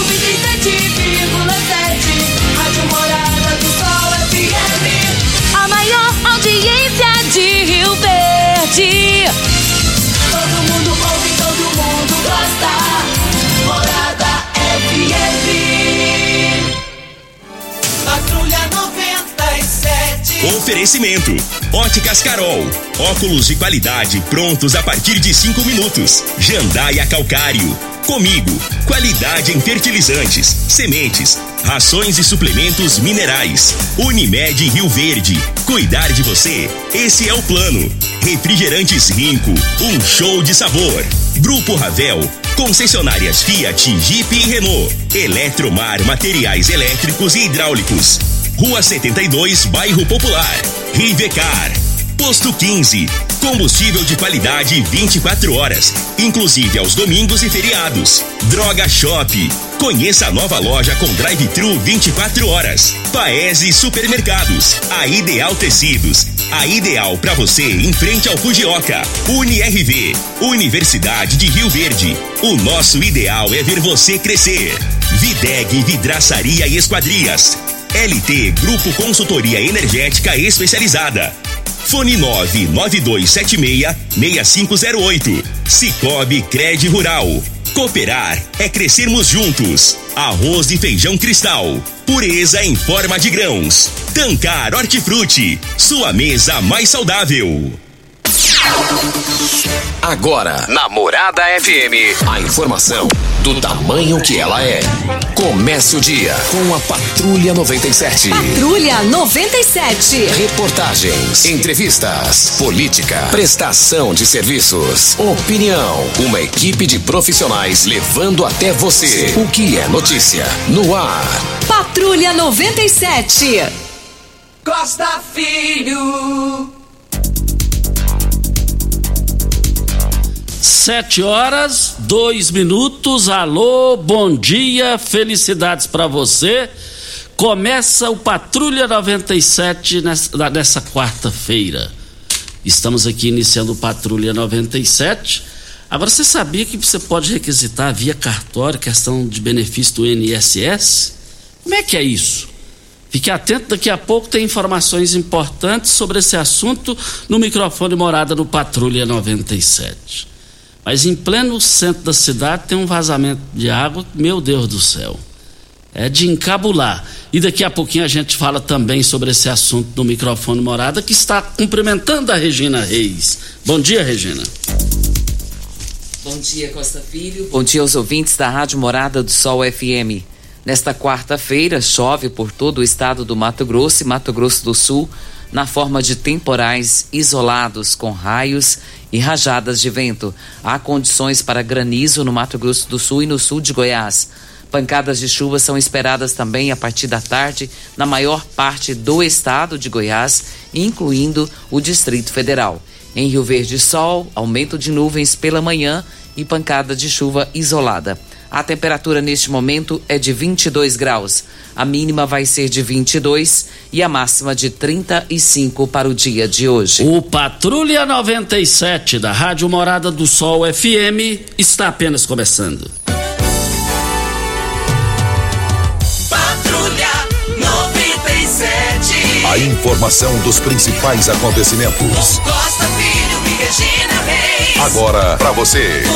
Rádio Morada do Sol FM. A maior audiência de Rio Verde. Todo mundo ouve, todo mundo gosta. Morada FM. Patrulha 97. Oferecimento: Óticas Carol. Óculos de qualidade prontos a partir de 5 minutos. Jandaia Calcário. Comigo, qualidade em fertilizantes, sementes, rações e suplementos minerais. Unimed Rio Verde, cuidar de você, esse é o plano. Refrigerantes Rinco, um show de sabor. Grupo Ravel, concessionárias Fiat, Jeep e Renault. Eletromar, materiais elétricos e hidráulicos. Rua 72, Bairro Popular. Rivecar. Posto 15, combustível de qualidade 24 horas, inclusive aos domingos e feriados. Droga Shop, conheça a nova loja com drive-thru 24 horas. Paese Supermercados, a Ideal Tecidos, a ideal pra você em frente ao Fujioka. UniRV, Universidade de Rio Verde, o nosso ideal é ver você crescer. Videg Vidraçaria e Esquadrias. LT Grupo Consultoria Energética Especializada. Fone 99276-6508. Cicobi Cred Rural. Cooperar é crescermos juntos. Arroz e feijão Cristal. Pureza em forma de grãos. Tancar Hortifruti. Sua mesa mais saudável. Agora, na Morada FM, a informação do tamanho que ela é. Comece o dia com a Patrulha 97. Patrulha 97. Reportagens, entrevistas, política, prestação de serviços, opinião. Uma equipe de profissionais levando até você o que é notícia no ar. Patrulha 97. Costa Filho. 7h02. Alô, bom dia, felicidades pra você. Começa o Patrulha 97 nessa quarta-feira. Estamos aqui iniciando o Patrulha 97. Agora, você sabia que você pode requisitar via cartório questão de benefício do INSS? Como é que é isso? Fique atento, daqui a pouco tem informações importantes sobre esse assunto no microfone Morada no Patrulha 97. Mas em pleno centro da cidade tem um vazamento de água, meu Deus do céu. É de encabular. E daqui a pouquinho a gente fala também sobre esse assunto no microfone Morada, que está cumprimentando a Regina Reis. Bom dia, Regina. Bom dia, Costa Filho. Bom dia aos ouvintes da Rádio Morada do Sol FM. Nesta quarta-feira, chove por todo o estado do Mato Grosso e Mato Grosso do Sul, na forma de temporais isolados com raios e rajadas de vento. Há condições para granizo no Mato Grosso do Sul e no sul de Goiás. Pancadas de chuva são esperadas também a partir da tarde na maior parte do estado de Goiás, incluindo o Distrito Federal. Em Rio Verde, sol, aumento de nuvens pela manhã e pancada de chuva isolada. A temperatura neste momento é de 22 graus. A mínima vai ser de 22 e a máxima de 35 para o dia de hoje. O Patrulha 97 da Rádio Morada do Sol FM está apenas começando. Patrulha 97. A informação dos principais acontecimentos. Costa Filho e Regina Reis. Agora pra você.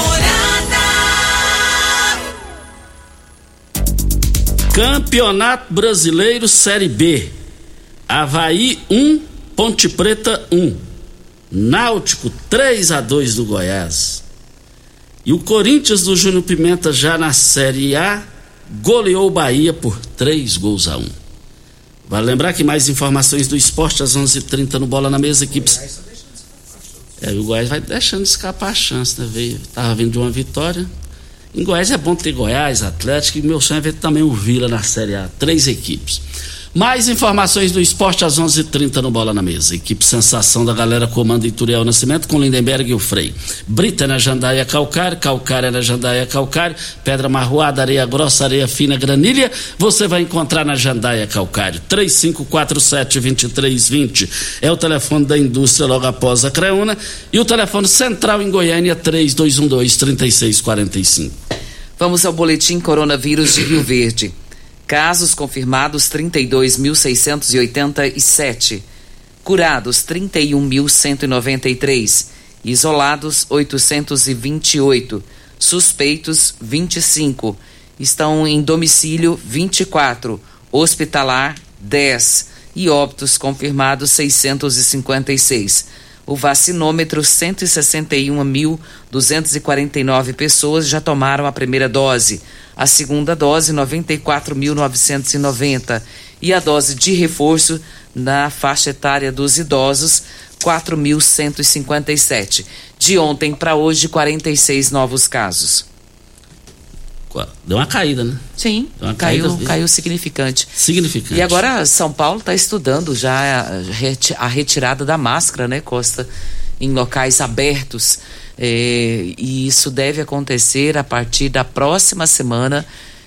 Campeonato Brasileiro Série B. Avaí 1, Ponte Preta 1. Náutico 3-2 do Goiás. E o Corinthians do Júnior Pimenta, já na Série A, goleou o Bahia por 3-1. Vale lembrar que mais informações do esporte às 11h30 no Bola na Mesa, equipes. O Goiás vai deixando escapar a chance, né? Tava vindo de uma vitória. Em Goiás é bom ter Goiás, Atlético, e meu sonho é ver também o Vila na Série A. 3 equipes. Mais informações do esporte às 11h30 no Bola na Mesa. Equipe Sensação da Galera comanda Ituriel Nascimento com Lindenberg e o Frei. Brita na Jandaia Calcário, Calcária na Jandaia Calcário, Pedra Marroada, Areia Grossa, Areia Fina, Granilha, você vai encontrar na Jandaia Calcário. 3547-2320 é o telefone da indústria logo após a Creúna, e o telefone central em Goiânia 3212-3645. Vamos ao boletim coronavírus de Rio Verde. Casos confirmados 32.687. Curados 31.193. Isolados 828. Suspeitos 25. Estão em domicílio 24. Hospitalar 10. E óbitos confirmados 656. O vacinômetro, 161.249 pessoas já tomaram a primeira dose. A segunda dose, 94.990. E a dose de reforço na faixa etária dos idosos, 4.157. De ontem para hoje, 46 novos casos. Deu uma caída, né? Sim, caiu significante. Significante. E agora São Paulo está estudando já a retirada da máscara, né, Costa, em locais abertos. E isso deve acontecer a partir da próxima semana.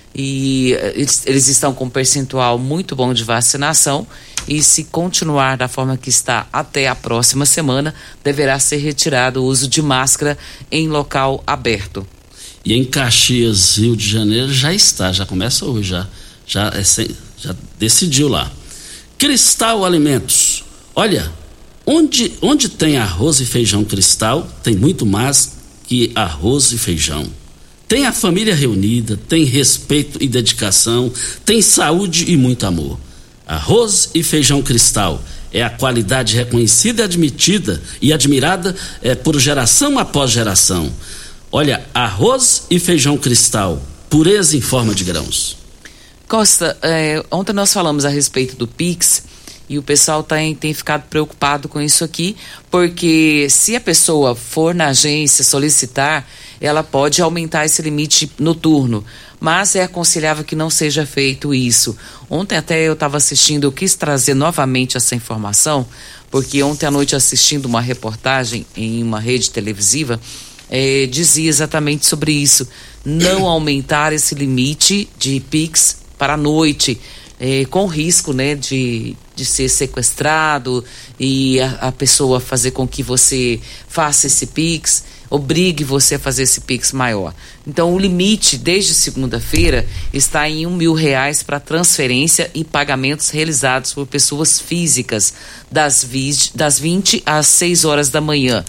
E eles estão com um percentual muito bom de vacinação. E se continuar da forma que está até a próxima semana, deverá ser retirado o uso de máscara em local aberto. E em Caxias, Rio de Janeiro, já começa hoje, já decidiu lá. Cristal Alimentos. Olha, onde tem arroz e feijão Cristal, tem muito mais que arroz e feijão. Tem a família reunida, tem respeito e dedicação, tem saúde e muito amor. Arroz e feijão Cristal é a qualidade reconhecida, admitida e admirada por geração após geração. Olha, arroz e feijão Cristal, pureza em forma de grãos. Costa, ontem nós falamos a respeito do Pix e o pessoal tem ficado preocupado com isso aqui, porque se a pessoa for na agência solicitar, ela pode aumentar esse limite noturno, mas é aconselhável que não seja feito isso. Ontem até eu estava assistindo, eu quis trazer novamente essa informação, porque ontem à noite assistindo uma reportagem em uma rede televisiva, dizia exatamente sobre isso, não aumentar esse limite de Pix para a noite, com risco, né, de ser sequestrado e a pessoa fazer com que você faça esse Pix, obrigue você a fazer esse Pix maior. Então o limite desde segunda-feira está em R$1.000 para transferência e pagamentos realizados por pessoas físicas das 20 às 6 horas da manhã.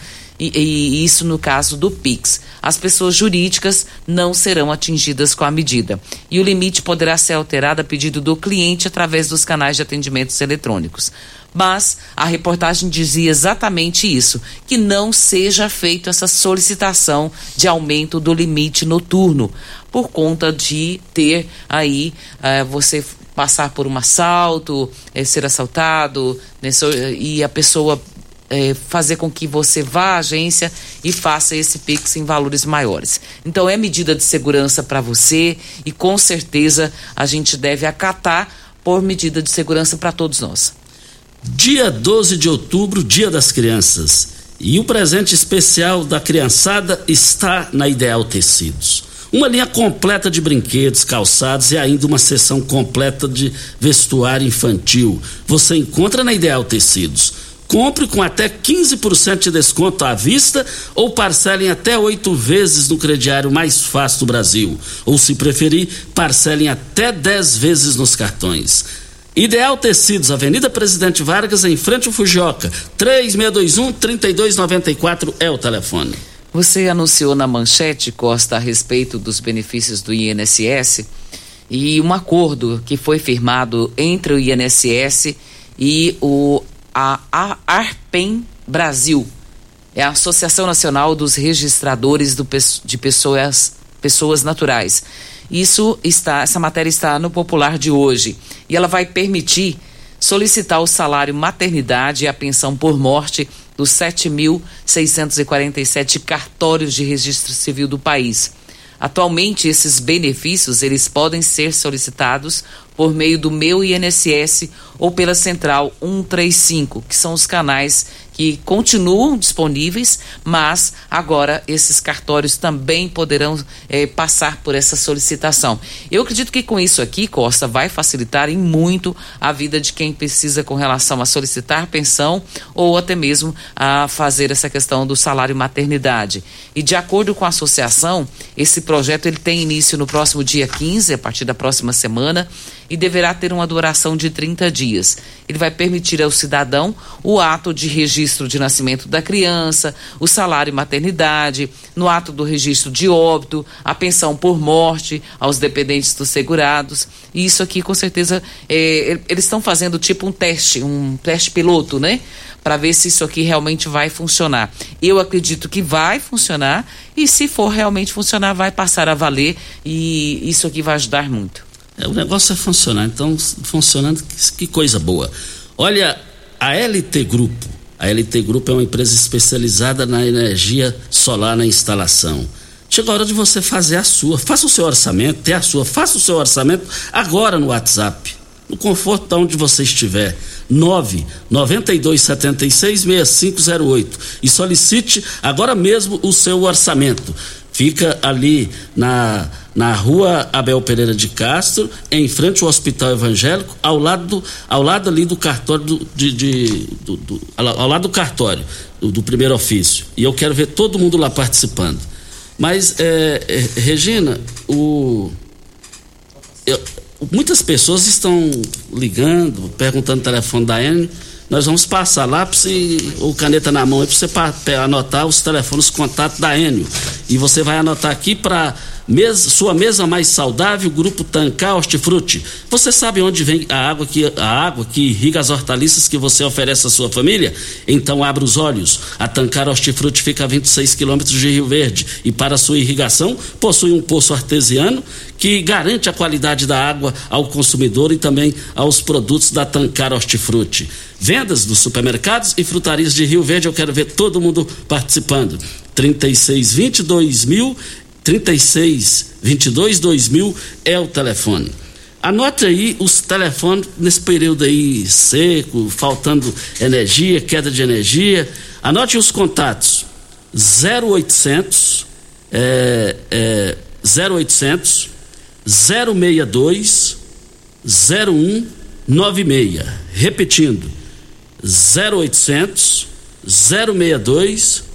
E isso no caso do Pix. As pessoas jurídicas não serão atingidas com a medida. E o limite poderá ser alterado a pedido do cliente através dos canais de atendimentos eletrônicos. Mas a reportagem dizia exatamente isso, que não seja feita essa solicitação de aumento do limite noturno, por conta de ter aí você passar por um assalto, ser assaltado, né, e a pessoa fazer com que você vá à agência e faça esse Pix em valores maiores. Então é medida de segurança para você e com certeza a gente deve acatar por medida de segurança para todos nós. Dia 12 de outubro, Dia das Crianças. E o presente especial da criançada está na Ideal Tecidos. Uma linha completa de brinquedos, calçados e ainda uma seção completa de vestuário infantil. Você encontra na Ideal Tecidos. Compre com até 15% de desconto à vista ou parcelem até 8 vezes no crediário mais fácil do Brasil. Ou, se preferir, parcelem até 10 vezes nos cartões. Ideal Tecidos, Avenida Presidente Vargas, em frente ao Fujioka. 3621-3294 é o telefone. Você anunciou na manchete, Costa, a respeito dos benefícios do INSS e um acordo que foi firmado entre o INSS e a ARPEN Brasil, é a Associação Nacional dos Registradores de Pessoas Naturais. Essa matéria está no Popular de hoje e ela vai permitir solicitar o salário maternidade e a pensão por morte dos 7.647 cartórios de registro civil do país. Atualmente, esses benefícios eles podem ser solicitados por meio do Meu INSS ou pela Central 135, que são os canais que continuam disponíveis, mas agora esses cartórios também poderão passar por essa solicitação. Eu acredito que com isso aqui, Costa, vai facilitar em muito a vida de quem precisa com relação a solicitar pensão ou até mesmo a fazer essa questão do salário maternidade. E de acordo com a associação, esse projeto ele tem início no próximo dia 15, a partir da próxima semana, e deverá ter uma duração de 30 dias. Ele vai permitir ao cidadão o ato de registro de nascimento da criança, o salário maternidade, no ato do registro de óbito, a pensão por morte aos dependentes dos segurados. E isso aqui, com certeza, eles estão fazendo tipo um teste piloto, né? Para ver se isso aqui realmente vai funcionar. Eu acredito que vai funcionar e, se for realmente funcionar, vai passar a valer e isso aqui vai ajudar muito. O negócio é funcionar, então funcionando, que coisa boa. Olha, a LT Grupo é uma empresa especializada na energia solar na instalação. Chegou a hora de você fazer a sua, faça o seu orçamento, faça o seu orçamento agora no WhatsApp, no conforto de onde você estiver, 992766508 e solicite agora mesmo o seu orçamento. Fica ali na rua Abel Pereira de Castro, em frente ao Hospital Evangélico, ao lado ali do cartório ao lado do cartório do primeiro ofício. E eu quero ver todo mundo lá participando. Mas, Regina, muitas pessoas estão ligando, perguntando o telefone da Enio. Nós vamos passar lápis ou caneta na mão aí para você anotar os telefones, contato da Enio. E você vai anotar aqui para sua mesa mais saudável, Grupo Tancar Hortifruti. Você sabe onde vem a água que irriga as hortaliças que você oferece à sua família? Então abra os olhos. A Tancar Hortifruti fica a 26 quilômetros de Rio Verde e para sua irrigação possui um poço artesiano que garante a qualidade da água ao consumidor e também aos produtos da Tancar Hortifruti. Vendas dos supermercados e frutarias de Rio Verde, eu quero ver todo mundo participando. 3622-2000 é o telefone. Anote aí os telefones nesse período aí seco, faltando energia, queda de energia. Anote os contatos: 0800 062 0196. Repetindo: 0800 062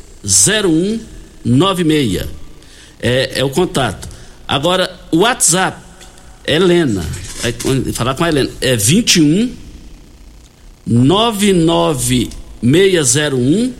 0196. É o contato. Agora, o WhatsApp, Helena, vai falar com a Helena, é 21 99601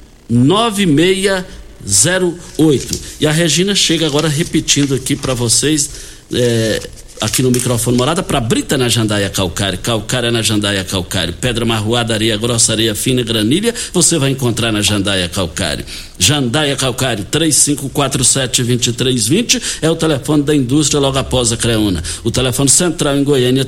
9608. E a Regina chega agora repetindo aqui para vocês, aqui no microfone Morada, para Brita na Jandaia Calcário, Calcário na Jandaia Calcário, pedra marroada, areia grossa, areia fina, granilha, você vai encontrar na Jandaia Calcário. Jandaia Calcário, 3547-2320 é o telefone da indústria logo após a Creuna. O telefone central em Goiânia,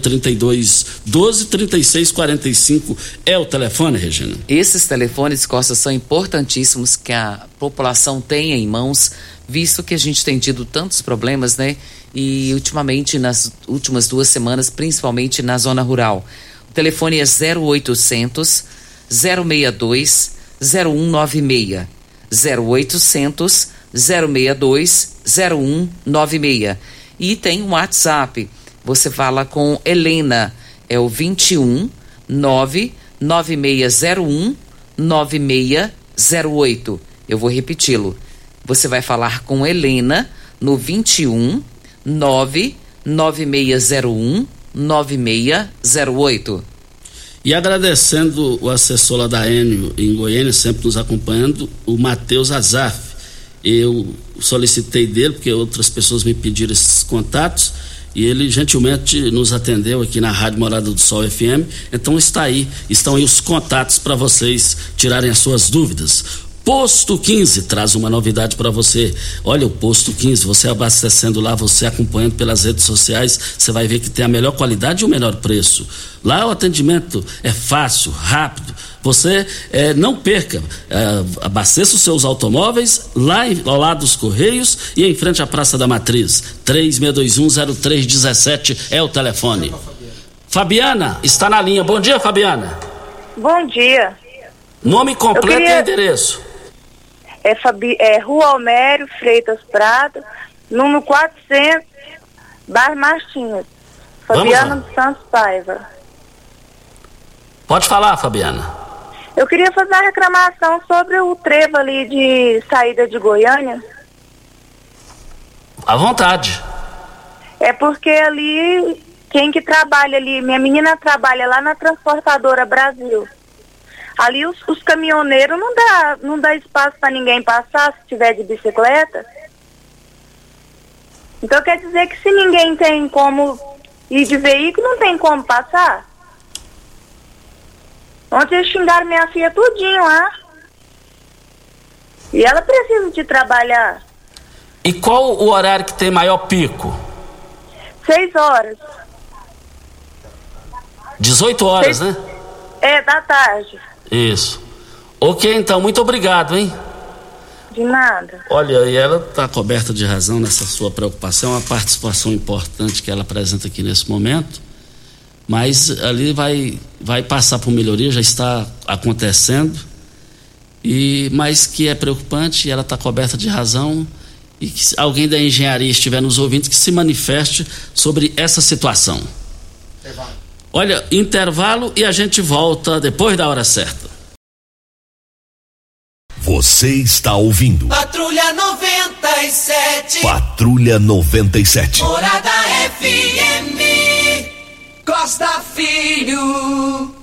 3212-3645 é o telefone, Regina. Esses telefones, Costa, são importantíssimos que a população tenha em mãos, visto que a gente tem tido tantos problemas, né? E ultimamente, nas últimas 2 semanas, principalmente na zona rural. O telefone é 0800 062 0196. 0800 062 0196. E tem um WhatsApp. Você fala com Helena, é o 21 99601 9608. Eu vou repeti-lo. Você vai falar com Helena no 21 99601 9608. E agradecendo o assessor lá da Enio em Goiânia, sempre nos acompanhando, o Matheus Azaf. Eu solicitei dele, porque outras pessoas me pediram esses contatos, e ele gentilmente nos atendeu aqui na Rádio Morada do Sol FM. Então estão aí os contatos para vocês tirarem as suas dúvidas. Posto 15 traz uma novidade para você. Olha, o Posto 15, você abastecendo lá, você acompanhando pelas redes sociais, você vai ver que tem a melhor qualidade e o melhor preço. Lá o atendimento é fácil, rápido. Você não perca, abasteça os seus automóveis lá ao lado dos Correios e em frente à Praça da Matriz. 36210317 é o telefone. Fabiana está na linha. Bom dia, Fabiana. Bom dia. Nome completo e endereço. É Rua Almério Freitas Prado, número 400, Bairro Martins. Fabiana dos Santos Paiva. Pode falar, Fabiana. Eu queria fazer uma reclamação sobre o trevo ali de saída de Goiânia. À vontade. É porque ali, quem que trabalha ali, minha menina trabalha lá na Transportadora Brasil. Ali os caminhoneiros não dá espaço para ninguém passar se tiver de bicicleta. Então quer dizer que se ninguém tem como ir de veículo, não tem como passar? Ontem eles xingaram minha filha tudinho lá. E ela precisa de trabalhar. E qual o horário que tem maior pico? 6 horas. 18 horas, né? Da tarde. Isso. Ok, então, muito obrigado, hein? De nada. Olha, e ela está coberta de razão nessa sua preocupação, uma participação importante que ela apresenta aqui nesse momento, mas ali vai passar por melhoria, já está acontecendo, mas que é preocupante, e ela está coberta de razão, e que se alguém da engenharia estiver nos ouvindo, que se manifeste sobre essa situação. Olha, intervalo e a gente volta depois da hora certa. Você está ouvindo Patrulha 97. Patrulha 97. Morada FM. Costa Filho.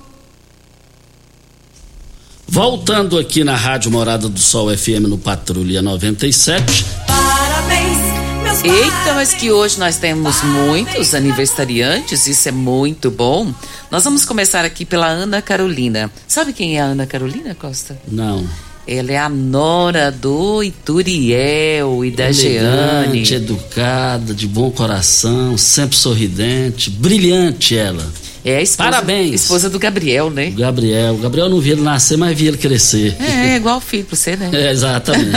Voltando aqui na Rádio Morada do Sol FM no Patrulha 97. Parabéns, meus Eita, mas que hoje nós temos muitos aniversariantes, isso é muito bom. Nós vamos começar aqui pela Ana Carolina. Sabe quem é a Ana Carolina, Costa? Não. Ela é a nora do Ituriel e da Jeane. Educada, de bom coração, sempre sorridente, brilhante ela. É a esposa, Parabéns. Esposa do Gabriel, né? O Gabriel não via ele nascer, mas via ele crescer. É igual filho pra você, né? Exatamente.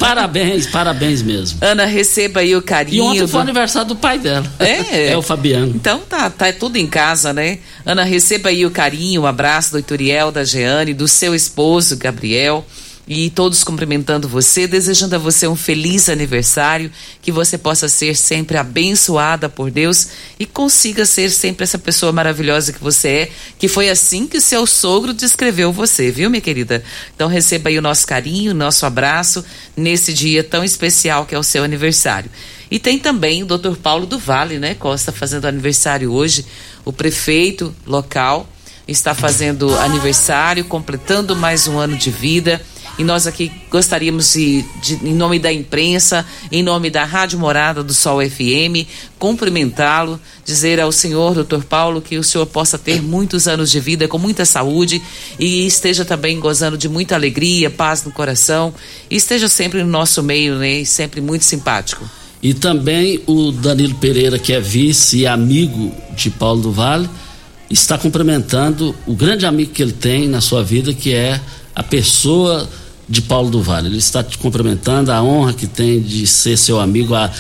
Parabéns mesmo. Ana, receba aí o carinho. E ontem foi o aniversário do pai dela. É o Fabiano. Então tá tudo em casa, né? Ana, receba aí o carinho, o abraço do Ituriel, da Jeane, do seu esposo, Gabriel. E todos cumprimentando você, desejando a você um feliz aniversário, que você possa ser sempre abençoada por Deus e consiga ser sempre essa pessoa maravilhosa que você é, que foi assim que seu sogro descreveu você, viu, minha querida? Então receba aí o nosso carinho, o nosso abraço nesse dia tão especial que é o seu aniversário. E tem também o Dr. Paulo do Vale, né, Costa, fazendo aniversário hoje, o prefeito local está fazendo aniversário, completando mais um ano de vida. E nós aqui gostaríamos em nome da imprensa, em nome da Rádio Morada do Sol FM, cumprimentá-lo, dizer ao senhor, doutor Paulo, que o senhor possa ter muitos anos de vida com muita saúde e esteja também gozando de muita alegria, paz no coração e esteja sempre no nosso meio, né? E sempre muito simpático. E também o Danilo Pereira, que é vice e amigo de Paulo do Vale, está cumprimentando o grande amigo que ele tem na sua vida, que é a pessoa de Paulo do Vale. Ele está te cumprimentando a honra que tem de ser seu amigo há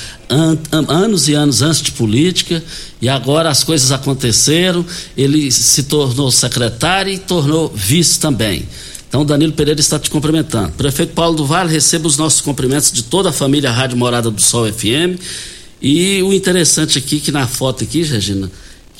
anos e anos antes de política, e agora as coisas aconteceram, ele se tornou secretário e tornou vice também. Então Danilo Pereira está te cumprimentando. Prefeito Paulo do Vale, receba os nossos cumprimentos de toda a família Rádio Morada do Sol FM. E o interessante aqui, que na foto aqui, Regina,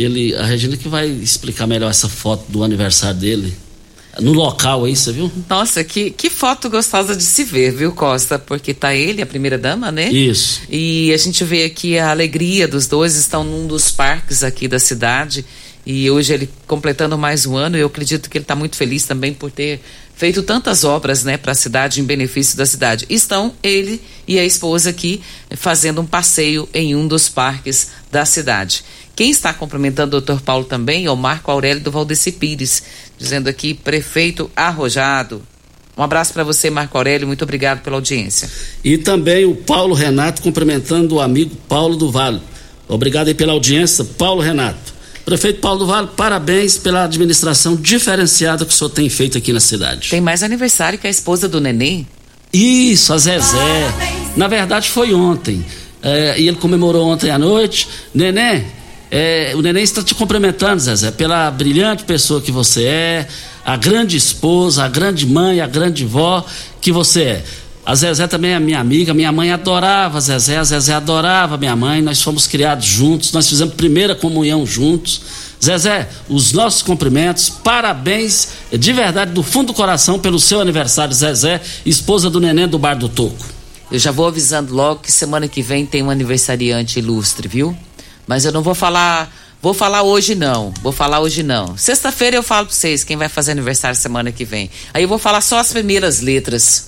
a Regina que vai explicar melhor essa foto do aniversário dele no local aí, você viu? Nossa, que foto gostosa de se ver, viu, Costa? Porque tá ele, a primeira dama, né? Isso. E a gente vê aqui a alegria dos dois, estão num dos parques aqui da cidade, e hoje ele completando mais um ano, eu acredito que ele está muito feliz também por ter feito tantas obras, né, para a cidade, em benefício da cidade. Estão ele e a esposa aqui fazendo um passeio em um dos parques da cidade. Quem está cumprimentando o Dr. Paulo também é o Marco Aurélio do Valdeci Pires, dizendo aqui, prefeito arrojado. Um abraço para você, Marco Aurélio, muito obrigado pela audiência. E também o Paulo Renato cumprimentando o amigo Paulo do Vale. Obrigado aí pela audiência, Paulo Renato. Prefeito Paulo do Vale, parabéns pela administração diferenciada que o senhor tem feito aqui na cidade. Tem mais aniversário que a esposa do Nenê? Isso, a Zezé. Na verdade foi ontem. E ele comemorou ontem à noite. Nenê, o Nenê está te cumprimentando, Zezé, pela brilhante pessoa que você é, a grande esposa, a grande mãe, a grande vó que você é. A Zezé também é minha amiga, minha mãe adorava a Zezé adorava minha mãe, nós fomos criados juntos, nós fizemos primeira comunhão juntos. Zezé, os nossos cumprimentos, parabéns de verdade, do fundo do coração, pelo seu aniversário, Zezé, esposa do Neném do Bar do Toco. Eu já vou avisando logo que semana que vem tem um aniversariante ilustre, viu? Mas eu não vou falar hoje não, Sexta-feira eu falo pra vocês quem vai fazer aniversário semana que vem. Aí eu vou falar só as primeiras letras.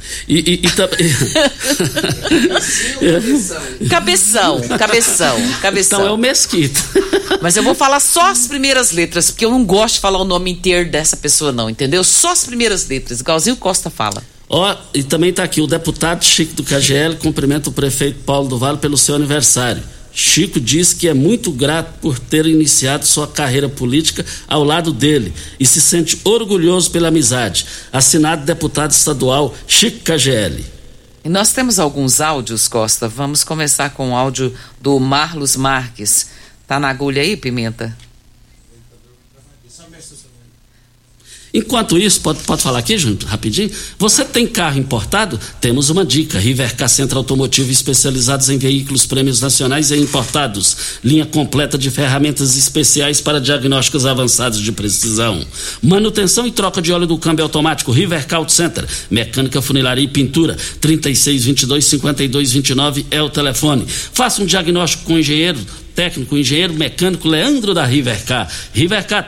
Cabeção. Então é o Mesquita. Mas eu vou falar só as primeiras letras, porque eu não gosto de falar o nome inteiro dessa pessoa não, entendeu? Só as primeiras letras, igualzinho o Costa fala. E também está aqui o deputado Chico do KGL, cumprimenta o prefeito Paulo do Vale pelo seu aniversário. Chico diz que é muito grato por ter iniciado sua carreira política ao lado dele e se sente orgulhoso pela amizade. Assinado deputado estadual Chico KGL. E nós temos alguns áudios, Costa. Vamos começar com o áudio do Marlos Marques. Tá na agulha aí, Pimenta? Enquanto isso, pode falar aqui, Júnior, rapidinho? Você tem carro importado? Temos uma dica. Rivercar Centro Automotivo, especializados em veículos prêmios nacionais e importados. Linha completa de ferramentas especiais para diagnósticos avançados de precisão. Manutenção e troca de óleo do câmbio automático. Rivercar Auto Center. Mecânica, funilaria e pintura. 3622-5229 é o telefone. Faça um diagnóstico com o engenheiro mecânico Leandro da Rivercar. Rivercar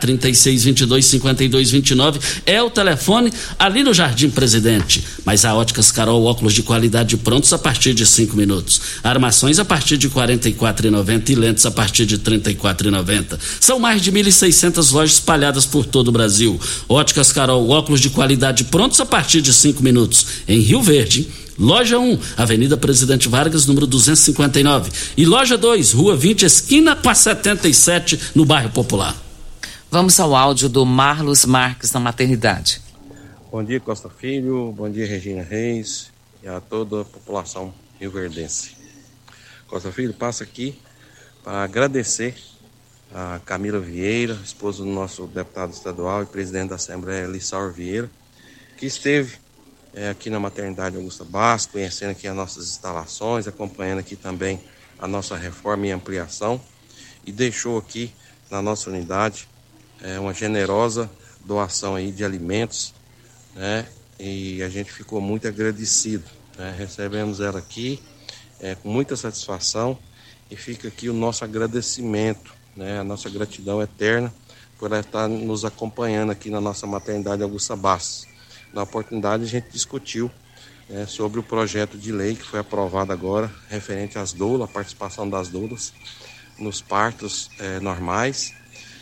3622-5229 é o telefone ali no Jardim Presidente. Mas a Óticas Carol, óculos de qualidade prontos a partir de 5 minutos. Armações a partir de R$ 44,90 e lentes a partir de R$ 34,90. São mais de 1.600 lojas espalhadas por todo o Brasil. Óticas Carol, óculos de qualidade prontos a partir de 5 minutos. Em Rio Verde, Loja 1, Avenida Presidente Vargas, número 259. E Loja 2, Rua 20, esquina com a 77, no bairro Popular. Vamos ao áudio do Marlos Marques, na maternidade. Bom dia, Costa Filho. Bom dia, Regina Reis. E a toda a população rioverdense. Costa Filho, passa aqui para agradecer a Camila Vieira, esposa do nosso deputado estadual e presidente da Assembleia, Lissauer Vieira, que esteve aqui na maternidade Augusta Bastos, conhecendo aqui as nossas instalações, acompanhando aqui também a nossa reforma e ampliação, e deixou aqui na nossa unidade uma generosa doação aí de alimentos, né? E a gente ficou muito agradecido, né? Recebemos ela aqui com muita satisfação e fica aqui o nosso agradecimento, né? A nossa gratidão eterna por ela estar nos acompanhando aqui na nossa maternidade Augusta Bastos. Na oportunidade a gente discutiu sobre o projeto de lei que foi aprovado agora, referente às doulas, a participação das doulas nos partos normais,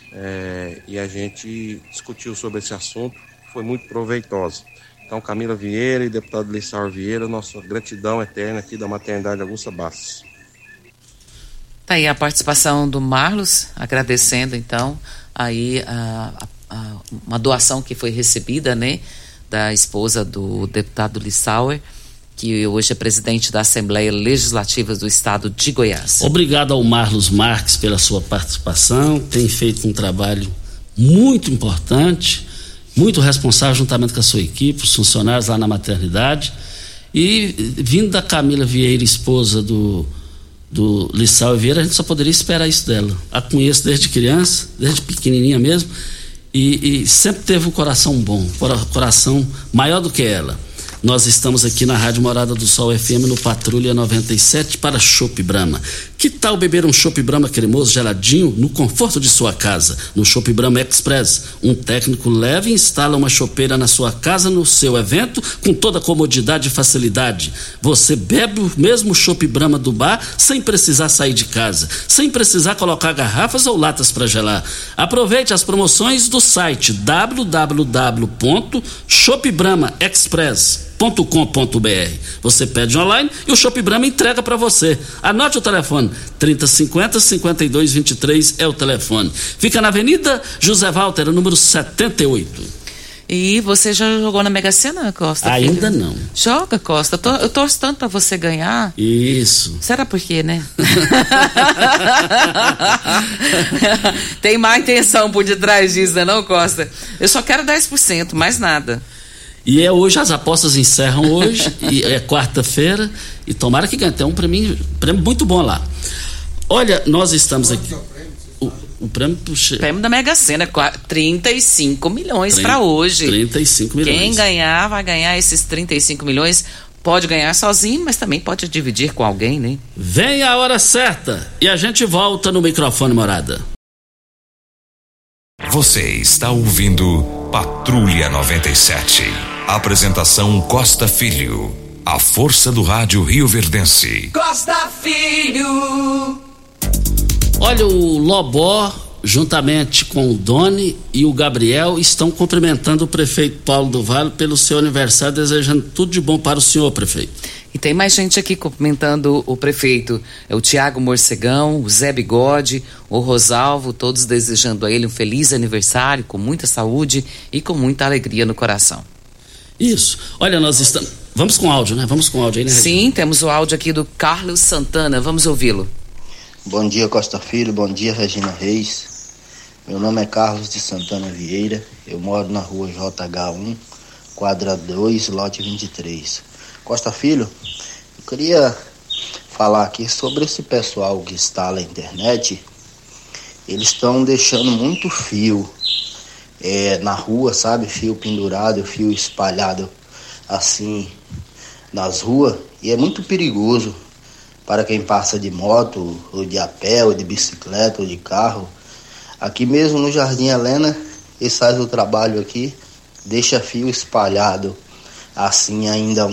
e a gente discutiu sobre esse assunto, foi muito proveitoso. Então, Camila Vieira e deputado Lissauer Vieira, nossa gratidão eterna aqui da maternidade Augusta Bastos. Tá aí a participação do Marlos, agradecendo então aí uma doação que foi recebida, né, da esposa do deputado Lissauer, que hoje é presidente da Assembleia Legislativa do Estado de Goiás. Obrigado ao Marlos Marques pela sua participação, tem feito um trabalho muito importante, muito responsável juntamente com a sua equipe, os funcionários lá na maternidade, e vindo da Camila Vieira, esposa do Lissauer Vieira, a gente só poderia esperar isso dela. A conheço desde criança, desde pequenininha mesmo, e sempre teve um coração bom, coração maior do que ela. Nós estamos aqui na Rádio Morada do Sol FM no Patrulha 97 para Chopp Brahma. Que tal beber um Chopp Brahma cremoso, geladinho, no conforto de sua casa? No Chopp Brahma Express, um técnico leva e instala uma chopeira na sua casa, no seu evento, com toda comodidade e facilidade. Você bebe o mesmo Chopp Brahma do bar sem precisar sair de casa, sem precisar colocar garrafas ou latas para gelar. Aproveite as promoções do site www.choppbrahmaexpress.com.br. Você pede online e o Chopp Brahma entrega para você. Anote o telefone, 3050-5223 é o telefone. Fica na Avenida José Walter, número 78. E você já jogou na Mega Sena, Costa? Ainda filho? não. Joga, Costa. Eu torço tanto pra você ganhar. Isso. Será por quê, né? Tem má intenção por detrás disso, não, Costa? Eu só quero 10%, mais nada. E hoje, as apostas encerram hoje, e é quarta-feira, e tomara que ganhe. Tem um prêmio muito bom lá. Olha, nós estamos aqui. O prêmio da Mega Sena, 35 milhões para hoje. 35 milhões. Quem ganhar, vai ganhar esses 35 milhões. Pode ganhar sozinho, mas também pode dividir com alguém, né? Vem a hora certa e a gente volta no microfone Morada. Você está ouvindo Patrulha 97. Apresentação Costa Filho. A força do rádio rioverdense. Costa Filho. Olha, o Lobó, juntamente com o Doni e o Gabriel, estão cumprimentando o prefeito Paulo do Vale pelo seu aniversário, desejando tudo de bom para o senhor, prefeito. E tem mais gente aqui cumprimentando o prefeito. É o Tiago Morcegão, o Zé Bigode, o Rosalvo, todos desejando a ele um feliz aniversário, com muita saúde e com muita alegria no coração. Isso. Olha, nós estamos... Vamos com áudio, né? Vamos com áudio aí, né? Sim, temos o áudio aqui do Carlos Santana. Vamos ouvi-lo. Bom dia, Costa Filho. Bom dia, Regina Reis. Meu nome é Carlos de Santana Vieira. Eu moro na rua JH1, quadra 2, lote 23. Costa Filho, eu queria falar aqui sobre esse pessoal que instala a internet. Eles estão deixando muito fio na rua, sabe? Fio pendurado, fio espalhado assim nas ruas. E é muito perigoso para quem passa de moto, ou de a pé, ou de bicicleta, ou de carro. Aqui mesmo no Jardim Helena, eles fazem o trabalho aqui, deixa fio espalhado, assim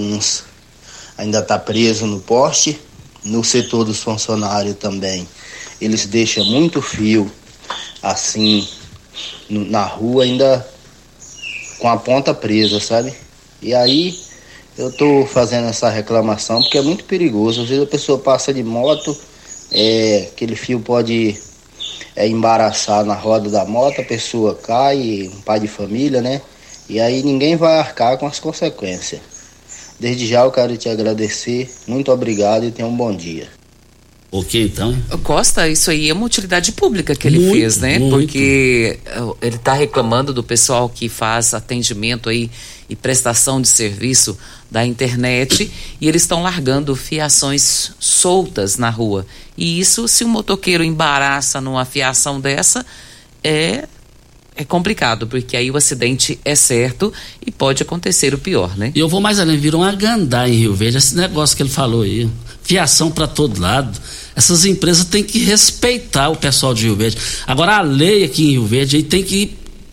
ainda tá preso no poste. No setor dos funcionários também, eles deixam muito fio, assim, na rua, ainda com a ponta presa, sabe? E aí eu tô fazendo essa reclamação porque é muito perigoso. Às vezes a pessoa passa de moto, aquele fio pode embaraçar na roda da moto, a pessoa cai, um pai de família, né? E aí ninguém vai arcar com as consequências. Desde já eu quero te agradecer, muito obrigado e tenha um bom dia. Ok, então. Costa, isso aí é uma utilidade pública que ele fez, né? Muito. Porque ele está reclamando do pessoal que faz atendimento aí e prestação de serviço da internet e eles estão largando fiações soltas na rua. E isso, se um motoqueiro embaraça numa fiação dessa, é complicado, porque aí o acidente é certo e pode acontecer o pior, né? E eu vou mais além, virou uma gandá em Rio Verde, esse negócio que ele falou aí, fiação para todo lado. Essas empresas têm que respeitar o pessoal de Rio Verde. Agora a lei aqui em Rio Verde aí tem que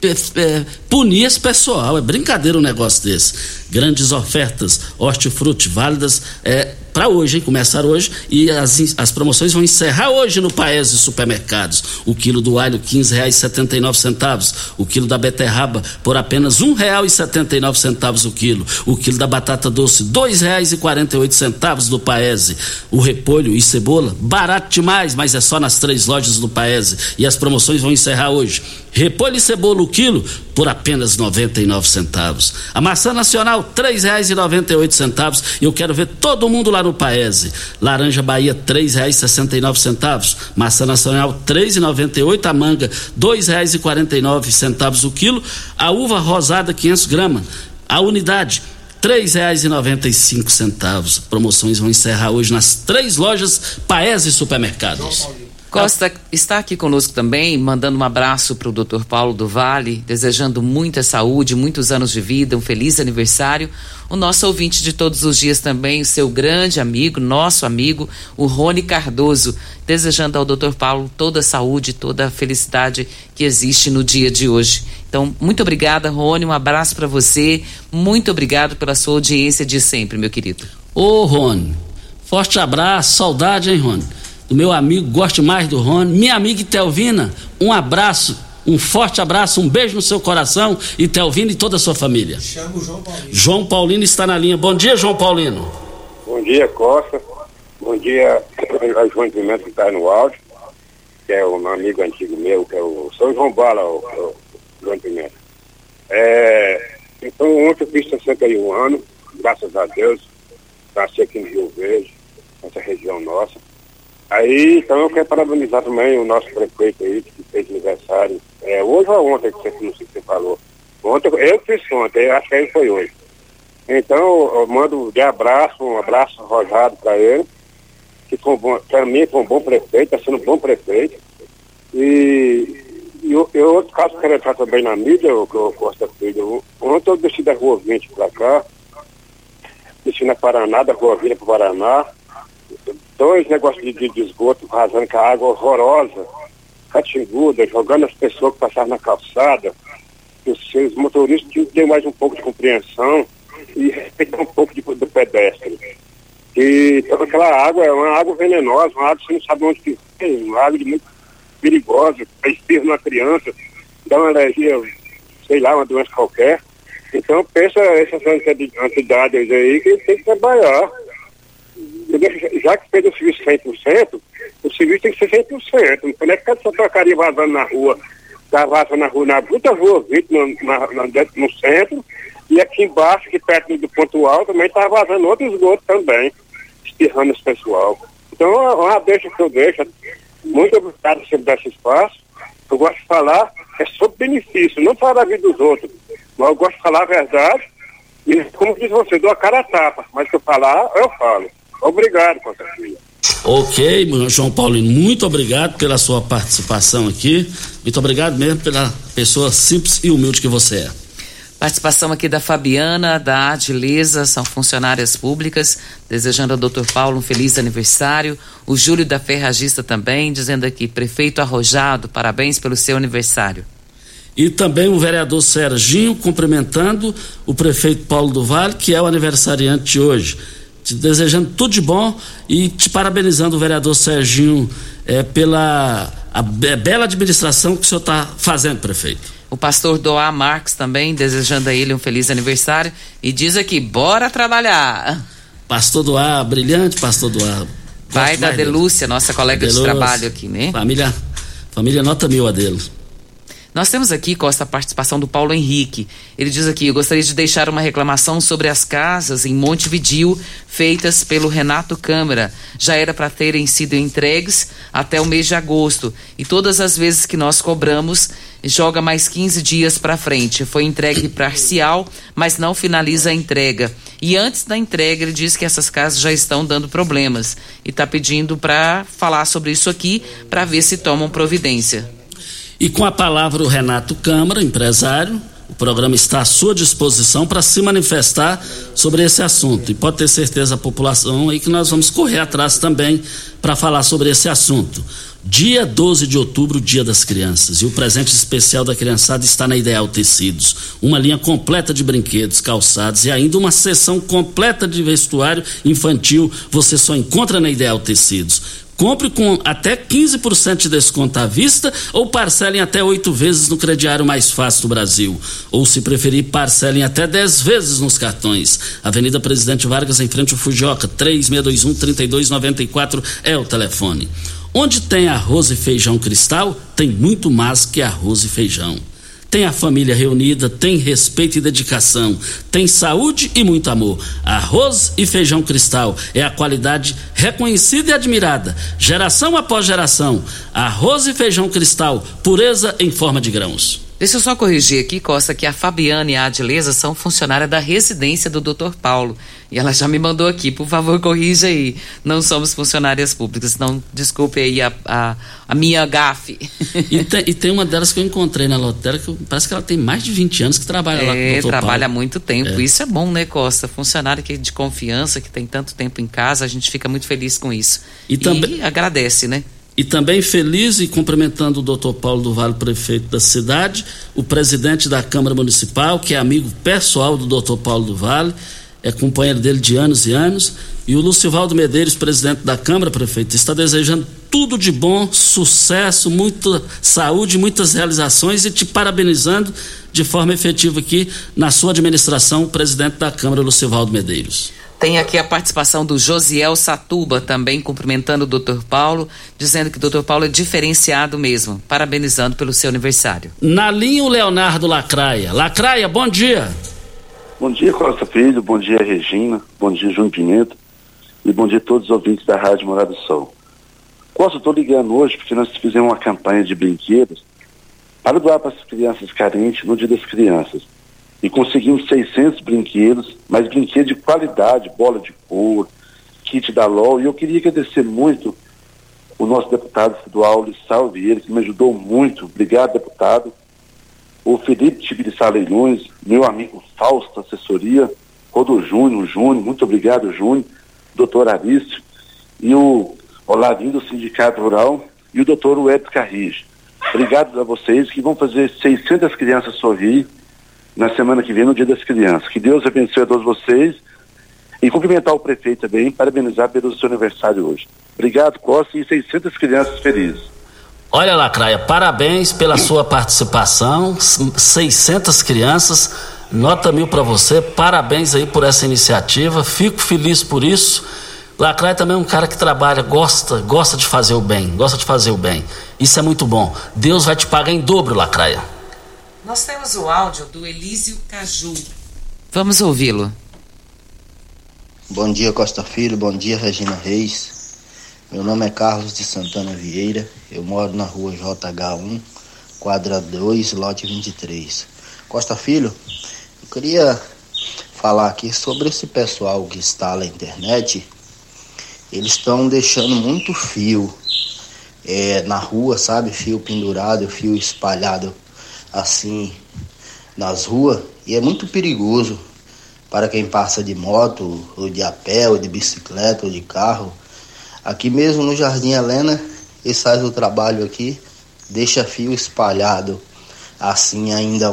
punir esse pessoal. É brincadeira um negócio desse. Grandes ofertas hortifruti válidas para hoje, hein? Começaram hoje e as promoções vão encerrar hoje no Paese Supermercados. O quilo do alho R$15,79, o quilo da beterraba por apenas R$1,79 o quilo, o quilo da batata doce R$2,48 do Paese, o repolho e cebola barato demais, mas é só nas 3 lojas do Paese e as promoções vão encerrar hoje. Repolho e cebola o quilo por apenas 99 centavos. A maçã nacional R$3,98 e eu quero ver todo mundo lá no Paese. Laranja Bahia R$3,69, maçã nacional R$3,98, a manga R$2,49 o quilo, a uva rosada 500 gramas, a unidade R$3,95. Promoções vão encerrar hoje nas 3 lojas Paese Supermercados. Costa está aqui conosco também, mandando um abraço para o Dr. Paulo do Vale, desejando muita saúde, muitos anos de vida, um feliz aniversário. O nosso ouvinte de todos os dias também, o seu grande amigo, nosso amigo, o Rony Cardoso, desejando ao Dr. Paulo toda a saúde, toda a felicidade que existe no dia de hoje. Então, muito obrigada, Rony, um abraço para você, muito obrigado pela sua audiência de sempre, meu querido. Ô, Rony, forte abraço, saudade, hein, Rony? Do meu amigo, gosto mais do Rony. Minha amiga Telvina, um abraço, um forte abraço, um beijo no seu coração, e Telvina e toda a sua família. Chama o João Paulino. João Paulino está na linha. Bom dia, João Paulino. Bom dia, Costa. Bom dia a João Pimenta que está no áudio, que é um amigo antigo meu, que é o São João Bala, o João Pimenta. Então, ontem eu fiz 61 anos, graças a Deus, nasci aqui no Rio Verde, nessa região nossa. Aí, então eu quero parabenizar também o nosso prefeito aí, que fez aniversário. Hoje ou ontem, que você, não sei o que você falou. Ontem, eu fiz ontem, acho que aí foi hoje. Então, eu mando de abraço, um abraço arrojado para ele, que foi para mim foi um bom prefeito, está sendo um bom prefeito. E outro caso que eu quero entrar também na mídia, o Costa Filho, ontem eu desci da Rua 20 para cá, desci na Paraná, da Rua 20 para o Paraná, 2 negócios de esgoto vazando com a água horrorosa, catinguda, jogando as pessoas que passavam na calçada. Os motoristas tinham que ter mais um pouco de compreensão e respeitar um pouco do pedestre. E então, aquela água é uma água venenosa, uma água que você não sabe onde que vem, uma água muito perigosa, espirra numa criança, dá uma alergia, sei lá, uma doença qualquer. Então pensa essas entidades aí que tem que trabalhar. Já que fez o serviço 100%, o serviço tem que ser 100%. Não é que essa porcaria vazando na rua, tá vazando na rua, na bruta rua 20, no centro, e aqui embaixo, aqui perto do ponto alto, também tá vazando outro esgoto também, espirrando esse pessoal. Então, uma deixa que eu deixo. Muito obrigado por você dar esse espaço. Eu gosto de falar sobre benefício, não falar da vida dos outros, mas eu gosto de falar a verdade, e como diz você, dou a cara a tapa, mas se eu falar, eu falo. Obrigado, Costa Filho. Ok, João Paulino, muito obrigado pela sua participação aqui. Muito obrigado mesmo pela pessoa simples e humilde que você é. Participação aqui da Fabiana, da Adileza, são funcionárias públicas, desejando ao Dr. Paulo um feliz aniversário. O Júlio da Ferragista também, dizendo aqui, prefeito Arrojado, parabéns pelo seu aniversário. E também o vereador Serginho cumprimentando o prefeito Paulo do Vale, que é o aniversariante de hoje. Te desejando tudo de bom e te parabenizando, o vereador Serginho, pela bela administração que o senhor está fazendo, prefeito. O pastor Doá Marques também, desejando a ele um feliz aniversário, e diz aqui, bora trabalhar. Pastor Doá, brilhante pastor Doá. Pai da Delúcia, nossa colega de trabalho aqui, né? Família nota 1000 a dele. Nós temos aqui, Costa, a participação do Paulo Henrique. Ele diz aqui, eu gostaria de deixar uma reclamação sobre as casas em Montevidéu feitas pelo Renato Câmara. Já era para terem sido entregues até o mês de agosto. E todas as vezes que nós cobramos, joga mais 15 dias para frente. Foi entregue parcial, mas não finaliza a entrega. E antes da entrega, ele diz que essas casas já estão dando problemas. E está pedindo para falar sobre isso aqui, para ver se tomam providência. E com a palavra o Renato Câmara, empresário, o programa está à sua disposição para se manifestar sobre esse assunto. E pode ter certeza a população aí que nós vamos correr atrás também para falar sobre esse assunto. Dia 12 de outubro, Dia das Crianças, e o presente especial da criançada está na Ideal Tecidos. Uma linha completa de brinquedos, calçados e ainda uma seção completa de vestuário infantil você só encontra na Ideal Tecidos. Compre com até 15% de desconto à vista ou parcelem até 8 vezes no crediário mais fácil do Brasil. Ou, se preferir, parcelem até 10 vezes nos cartões. Avenida Presidente Vargas, em frente ao Fujioka, 3621-3294 é o telefone. Onde tem arroz e feijão Cristal, tem muito mais que arroz e feijão. Tem a família reunida, tem respeito e dedicação, tem saúde e muito amor. Arroz e feijão Cristal é a qualidade reconhecida e admirada, geração após geração. Arroz e feijão Cristal, pureza em forma de grãos. Deixa eu só corrigir aqui, Costa, que a Fabiana e a Adileza são funcionárias da residência do Dr. Paulo. E ela já me mandou aqui, por favor, corrija aí. Não somos funcionárias públicas, não, desculpe aí a minha gafe. E tem uma delas que eu encontrei na lotérica, parece que ela tem mais de 20 anos que trabalha lá com o Dr. Paulo. Trabalha há muito tempo. Isso é bom, né, Costa? Funcionário que de confiança, que tem tanto tempo em casa, a gente fica muito feliz com isso. E agradece, né? E também feliz e cumprimentando o Dr. Paulo do Vale, prefeito da cidade, o presidente da Câmara Municipal, que é amigo pessoal do Dr. Paulo do Vale, é companheiro dele de anos e anos, e o Lucivaldo Medeiros, presidente da Câmara, prefeito, está desejando tudo de bom, sucesso, muita saúde, muitas realizações, e te parabenizando de forma efetiva aqui na sua administração, o presidente da Câmara, Lucivaldo Medeiros. Tem aqui a participação do Josiel Satuba, também cumprimentando o Dr. Paulo, dizendo que o Dr. Paulo é diferenciado mesmo, parabenizando pelo seu aniversário. Na linha, o Leonardo Lacraia. Lacraia, bom dia. Bom dia, Costa Filho, bom dia, Regina, bom dia, Júnior Pimenta, e bom dia a todos os ouvintes da Rádio Morada do Sol. Costa, eu estou ligando hoje porque nós fizemos uma campanha de brinquedos para doar para as crianças carentes no Dia das Crianças. E conseguimos 600 brinquedos, mas brinquedos de qualidade, bola de couro, kit da LOL, e eu queria agradecer muito o nosso deputado estadual, Lissau Vieira, que me ajudou muito. Obrigado, deputado. O Felipe Tibiriçá Leilões, meu amigo Fausto, assessoria, Rodo Júnior, muito obrigado, Júnior, doutor Arício, e o Olavinho do Sindicato Rural, e o doutor Web Carrige. Obrigado a vocês que vão fazer 600 crianças sorrir na semana que vem, no Dia das Crianças. Que Deus abençoe a todos vocês e cumprimentar o prefeito também, parabenizar pelo seu aniversário hoje. Obrigado, Costa, e 600 crianças felizes. Olha, Lacraia, parabéns pela sua participação, 600 crianças, nota 1000 para você, parabéns aí por essa iniciativa, fico feliz por isso. Lacraia também é um cara que trabalha, gosta de fazer o bem, isso é muito bom. Deus vai te pagar em dobro, Lacraia. Nós temos o áudio do Elísio Caju. Vamos ouvi-lo. Bom dia, Costa Filho, bom dia, Regina Reis. Meu nome é Carlos de Santana Vieira, eu moro na rua JH1, quadra 2, lote 23. Costa Filho, eu queria falar aqui sobre esse pessoal que instala a internet. Eles estão deixando muito fio na rua, sabe? Fio pendurado, fio espalhado assim nas ruas, e é muito perigoso para quem passa de moto, ou de a pé, ou de bicicleta, ou de carro. Aqui mesmo no Jardim Helena, eles fazem o trabalho aqui, deixa fio espalhado, assim ainda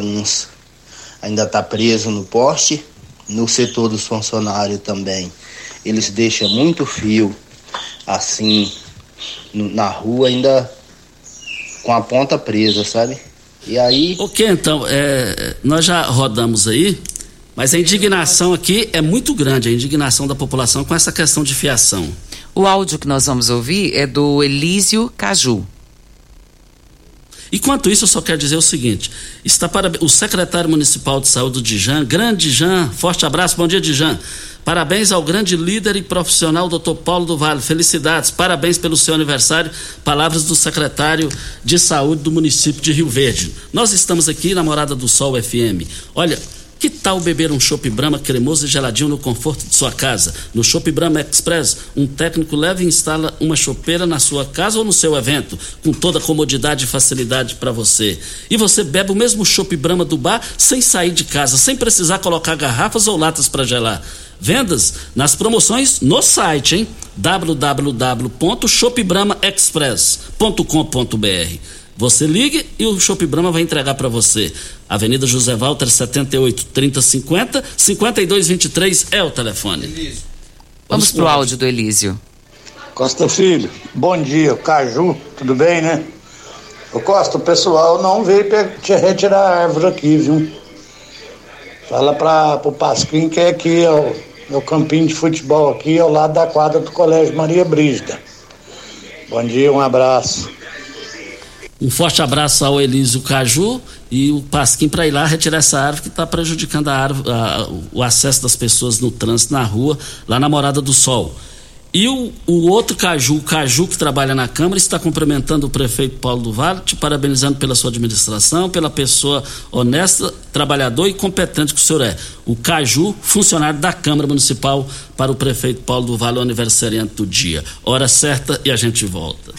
tá preso no poste, no setor dos funcionários também. Eles deixam muito fio assim na rua, ainda com a ponta presa, sabe? E aí... Ok, então, nós já rodamos aí, mas a indignação aqui é muito grande, a indignação da população com essa questão de fiação. O áudio que nós vamos ouvir é do Elísio Caju. Enquanto isso, eu só quero dizer o seguinte, está para o secretário municipal de saúde do Dijan, grande Dijan, forte abraço, bom dia, Dijan. Parabéns ao grande líder e profissional Dr. Paulo do Vale, felicidades, parabéns pelo seu aniversário, palavras do secretário de saúde do município de Rio Verde. Nós estamos aqui na Morada do Sol FM. Olha, que tal beber um Chopp Brahma cremoso e geladinho no conforto de sua casa? No Chopp Brahma Express, um técnico leva e instala uma chopeira na sua casa ou no seu evento, com toda a comodidade e facilidade para você. E você bebe o mesmo Chopp Brahma do bar sem sair de casa, sem precisar colocar garrafas ou latas para gelar. Vendas nas promoções no site, hein? www.choppbrahmaexpress.com.br. Você liga e o Chopp Brahma vai entregar para você. Avenida José Walter, 78 3050 5223 é o telefone. Vamos pro áudio do Elísio. Costa Filho, bom dia, Caju, tudo bem, né? Ô Costa, o pessoal não veio te retirar a árvore aqui, viu? Fala pro Pasquim que é aqui, ó, meu campinho de futebol aqui ao lado da quadra do Colégio Maria Brígida. Bom dia, um abraço. Um forte abraço ao Elísio Caju e o Pasquim para ir lá retirar essa árvore que está prejudicando o acesso das pessoas no trânsito na rua, lá na Morada do Sol. E o outro Caju, o Caju que trabalha na Câmara, está cumprimentando o prefeito Paulo do Vale, te parabenizando pela sua administração, pela pessoa honesta, trabalhador e competente que o senhor é. O Caju, funcionário da Câmara Municipal, para o prefeito Paulo do Vale, o aniversariante do dia. Hora certa e a gente volta.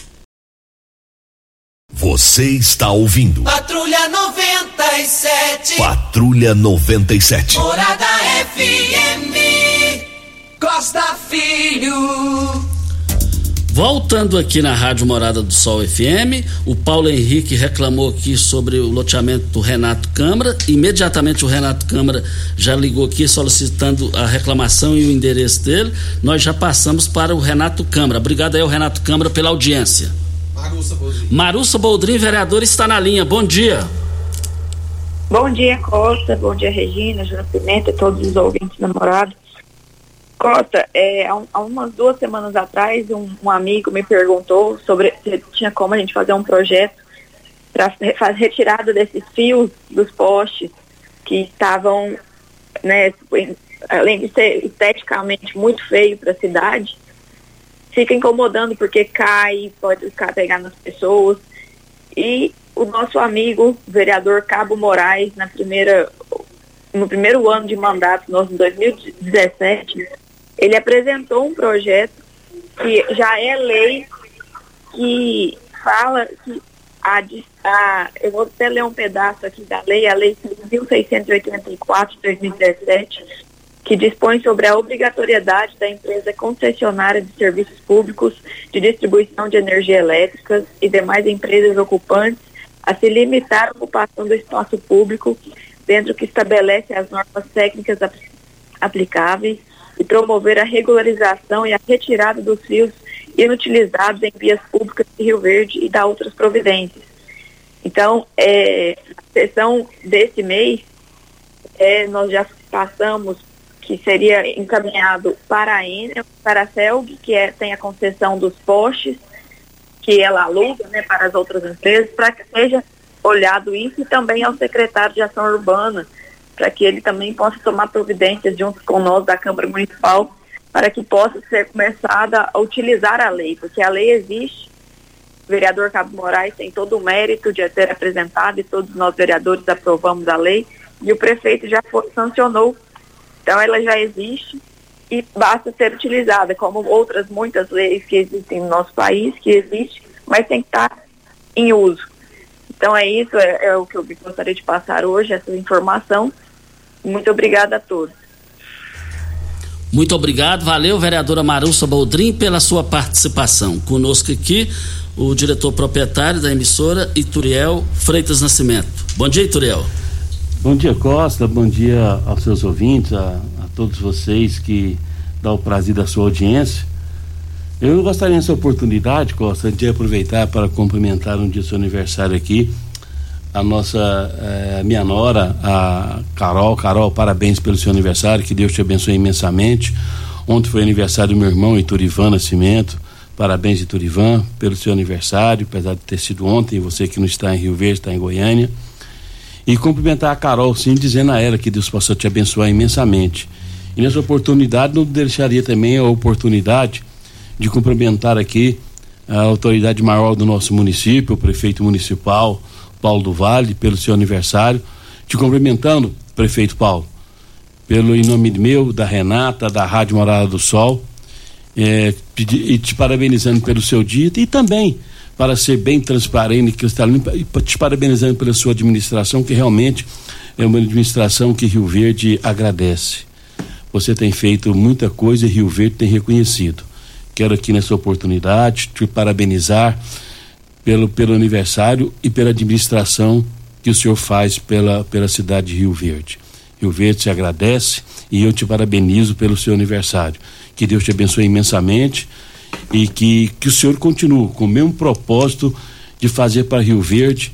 Você está ouvindo Patrulha 97. Patrulha 97. Morada FM. Costa Filho. Voltando aqui na Rádio Morada do Sol FM, o Paulo Henrique reclamou aqui sobre o loteamento do Renato Câmara. Imediatamente o Renato Câmara já ligou aqui solicitando a reclamação e o endereço dele. Nós já passamos para o Renato Câmara. Obrigado aí ao Renato Câmara pela audiência. Marussa Boldrin, vereadora, está na linha. Bom dia. Bom dia, Costa. Bom dia, Regina, Júnior Pimenta e todos os ouvintes da Morada. Costa, há umas 2 semanas atrás, um amigo me perguntou sobre se tinha como a gente fazer um projeto para fazer retirada desses fios dos postes que estavam né, além de ser esteticamente muito feio para a cidade, fica incomodando porque pode pegar nas pessoas. E o nosso amigo, vereador Cabo Moraes, no primeiro ano de mandato, em 2017, ele apresentou um projeto que já é lei, que fala que eu vou até ler um pedaço aqui da lei, a Lei 6.684 de 2017, que dispõe sobre a obrigatoriedade da empresa concessionária de serviços públicos de distribuição de energia elétrica e demais empresas ocupantes a se limitar a ocupação do espaço público dentro que estabelece as normas técnicas aplicáveis e promover a regularização e a retirada dos fios inutilizados em vias públicas de Rio Verde e da outras providências. Então, na sessão desse mês, nós já passamos que seria encaminhado para a Enel, para a CELG, que tem a concessão dos postes, que ela aluga, né, para as outras empresas, para que seja olhado isso, e também ao secretário de Ação Urbana, para que ele também possa tomar providências junto com nós da Câmara Municipal, para que possa ser começada a utilizar a lei, porque a lei existe. O vereador Cabo Moraes tem todo o mérito de ter apresentado e todos nós vereadores aprovamos a lei e o prefeito já sancionou. Então ela já existe e basta ser utilizada, como outras muitas leis que existem no nosso país, que existe, mas tem que estar em uso. Então é isso, é o que eu gostaria de passar hoje, essa informação. Muito obrigada a todos. Muito obrigado, valeu, vereadora Marussa Boldrin, pela sua participação. Conosco aqui, o diretor proprietário da emissora, Ituriel Freitas Nascimento. Bom dia, Ituriel. Bom dia, Costa, bom dia aos seus ouvintes, a todos vocês que dão o prazer da sua audiência. Eu gostaria nessa oportunidade, Costa, de aproveitar para cumprimentar um dia do seu aniversário aqui, a minha nora, a Carol. Carol, parabéns pelo seu aniversário, que Deus te abençoe imensamente. Ontem foi aniversário do meu irmão, Iturivan Nascimento. Parabéns, Iturivan, pelo seu aniversário, apesar de ter sido ontem, você que não está em Rio Verde, está em Goiânia. E cumprimentar a Carol, sim, dizendo a ela que Deus possa te abençoar imensamente. E nessa oportunidade, não deixaria também a oportunidade de cumprimentar aqui a autoridade maior do nosso município, o prefeito municipal, Paulo do Vale, pelo seu aniversário. Te cumprimentando, prefeito Paulo, em nome meu, da Renata, da Rádio Morada do Sol, e te parabenizando pelo seu dia e também para ser bem transparente e cristalino, e te parabenizando pela sua administração, que realmente é uma administração que Rio Verde agradece. Você tem feito muita coisa e Rio Verde tem reconhecido. Quero aqui nessa oportunidade te parabenizar pelo aniversário e pela administração que o senhor faz pela cidade de Rio Verde. Rio Verde te agradece e eu te parabenizo pelo seu aniversário. Que Deus te abençoe imensamente e que o senhor continue com o mesmo propósito de fazer para Rio Verde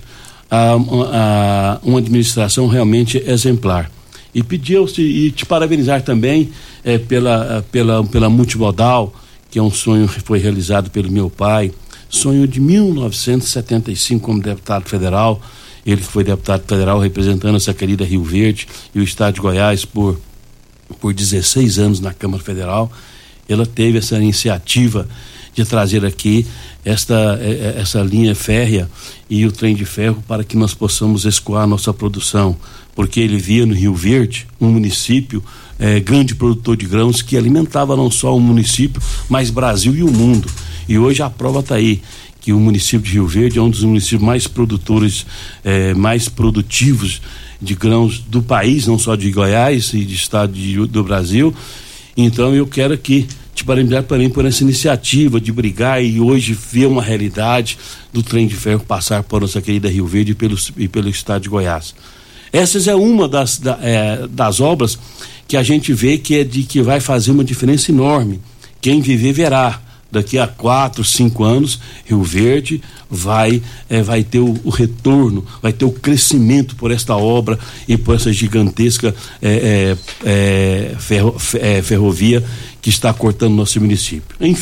uma administração realmente exemplar. E te parabenizar também pela multimodal, que é um sonho que foi realizado pelo meu pai, sonho de 1975 como deputado federal. Ele foi deputado federal representando essa querida Rio Verde e o estado de Goiás por 16 anos na Câmara Federal. Ela teve essa iniciativa de trazer aqui essa linha férrea e o trem de ferro para que nós possamos escoar nossa produção, porque ele via no Rio Verde um município grande produtor de grãos que alimentava não só o município, mas Brasil e o mundo. E hoje a prova está aí, que o município de Rio Verde é um dos municípios mais produtores, mais produtivos de grãos do país, não só de Goiás e de estado do Brasil. Então eu quero aqui te parabenizar também por essa iniciativa de brigar e hoje ver uma realidade do trem de ferro passar por nossa querida Rio Verde e pelo estado de Goiás. Essas é uma das obras que a gente vê que vai fazer uma diferença enorme. Quem viver verá. Daqui a 4, 5 anos, Rio Verde vai ter o retorno, vai ter o crescimento por esta obra e por essa gigantesca ferrovia que está cortando nosso município. Enfim,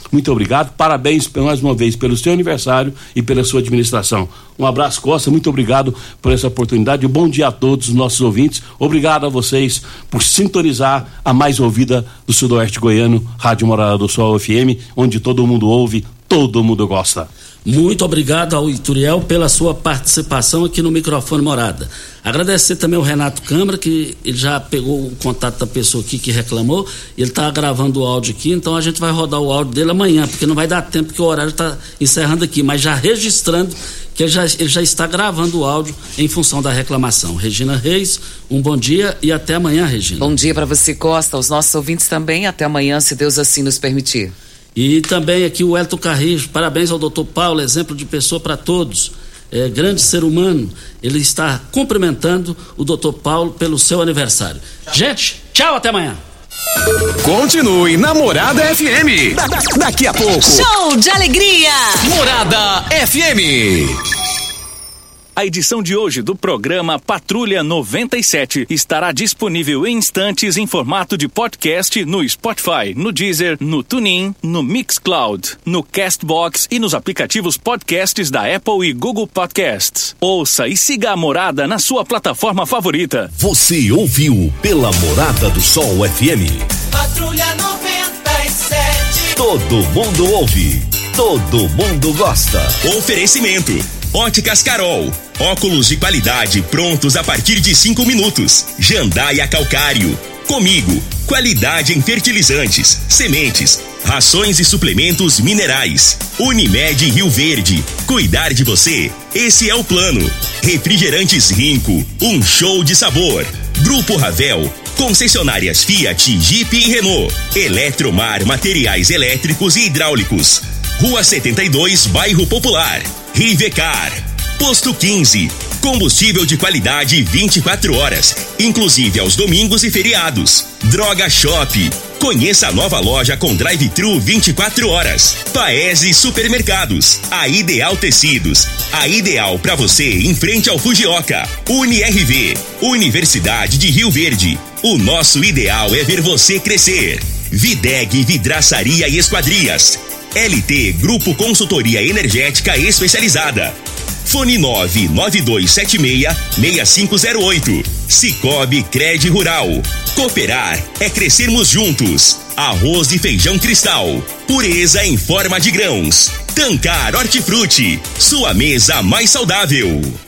Muito obrigado, parabéns mais uma vez pelo seu aniversário e pela sua administração. Um abraço, Costa, muito obrigado por essa oportunidade. Bom dia a todos os nossos ouvintes. Obrigado a vocês por sintonizar a mais ouvida do Sudoeste Goiano, Rádio Morada do Sol FM, onde todo mundo ouve, todo mundo gosta. Muito obrigado ao Ituriel pela sua participação aqui no microfone Morada. Agradecer também ao Renato Câmara, que ele já pegou o contato da pessoa aqui que reclamou, e ele está gravando o áudio aqui, então a gente vai rodar o áudio dele amanhã, porque não vai dar tempo, porque o horário está encerrando aqui, mas já registrando que ele já está gravando o áudio em função da reclamação. Regina Reis, um bom dia e até amanhã, Regina. Bom dia para você, Costa, aos nossos ouvintes também, até amanhã, se Deus assim nos permitir. E também aqui o Elton Carrijo, parabéns ao doutor Paulo, exemplo de pessoa para todos, grande ser humano. Ele está cumprimentando o doutor Paulo pelo seu aniversário. Gente, tchau, até amanhã. Continue na Morada FM. Daqui a pouco. Show de alegria. Morada FM. A edição de hoje do programa Patrulha 97 estará disponível em instantes em formato de podcast no Spotify, no Deezer, no TuneIn, no Mixcloud, no Castbox e nos aplicativos podcasts da Apple e Google Podcasts. Ouça e siga a Morada na sua plataforma favorita. Você ouviu pela Morada do Sol FM. Patrulha 97. Todo mundo ouve, todo mundo gosta. Oferecimento: Óticas Carol, óculos de qualidade prontos a partir de 5 minutos. Jandaia Calcário, comigo, qualidade em fertilizantes, sementes, rações e suplementos minerais. Unimed Rio Verde, cuidar de você, esse é o plano. Refrigerantes Rinco, um show de sabor. Grupo Ravel, concessionárias Fiat, Jeep e Renault. Eletromar, materiais elétricos e hidráulicos. Rua 72, Bairro Popular. Rivecar, Posto 15, combustível de qualidade 24 horas, inclusive aos domingos e feriados. Droga Shop, conheça a nova loja com drive-thru 24 horas. Paese Supermercados, a Ideal Tecidos, a ideal para você em frente ao Fujioka. UniRV, Universidade de Rio Verde, o nosso ideal é ver você crescer. Videg Vidraçaria e Esquadrias. LT Grupo Consultoria Energética Especializada. Fone 99276-6508. Cicobi Cred Rural. Cooperar é crescermos juntos. Arroz e feijão Cristal. Pureza em forma de grãos. Tancar Hortifruti. Sua mesa mais saudável.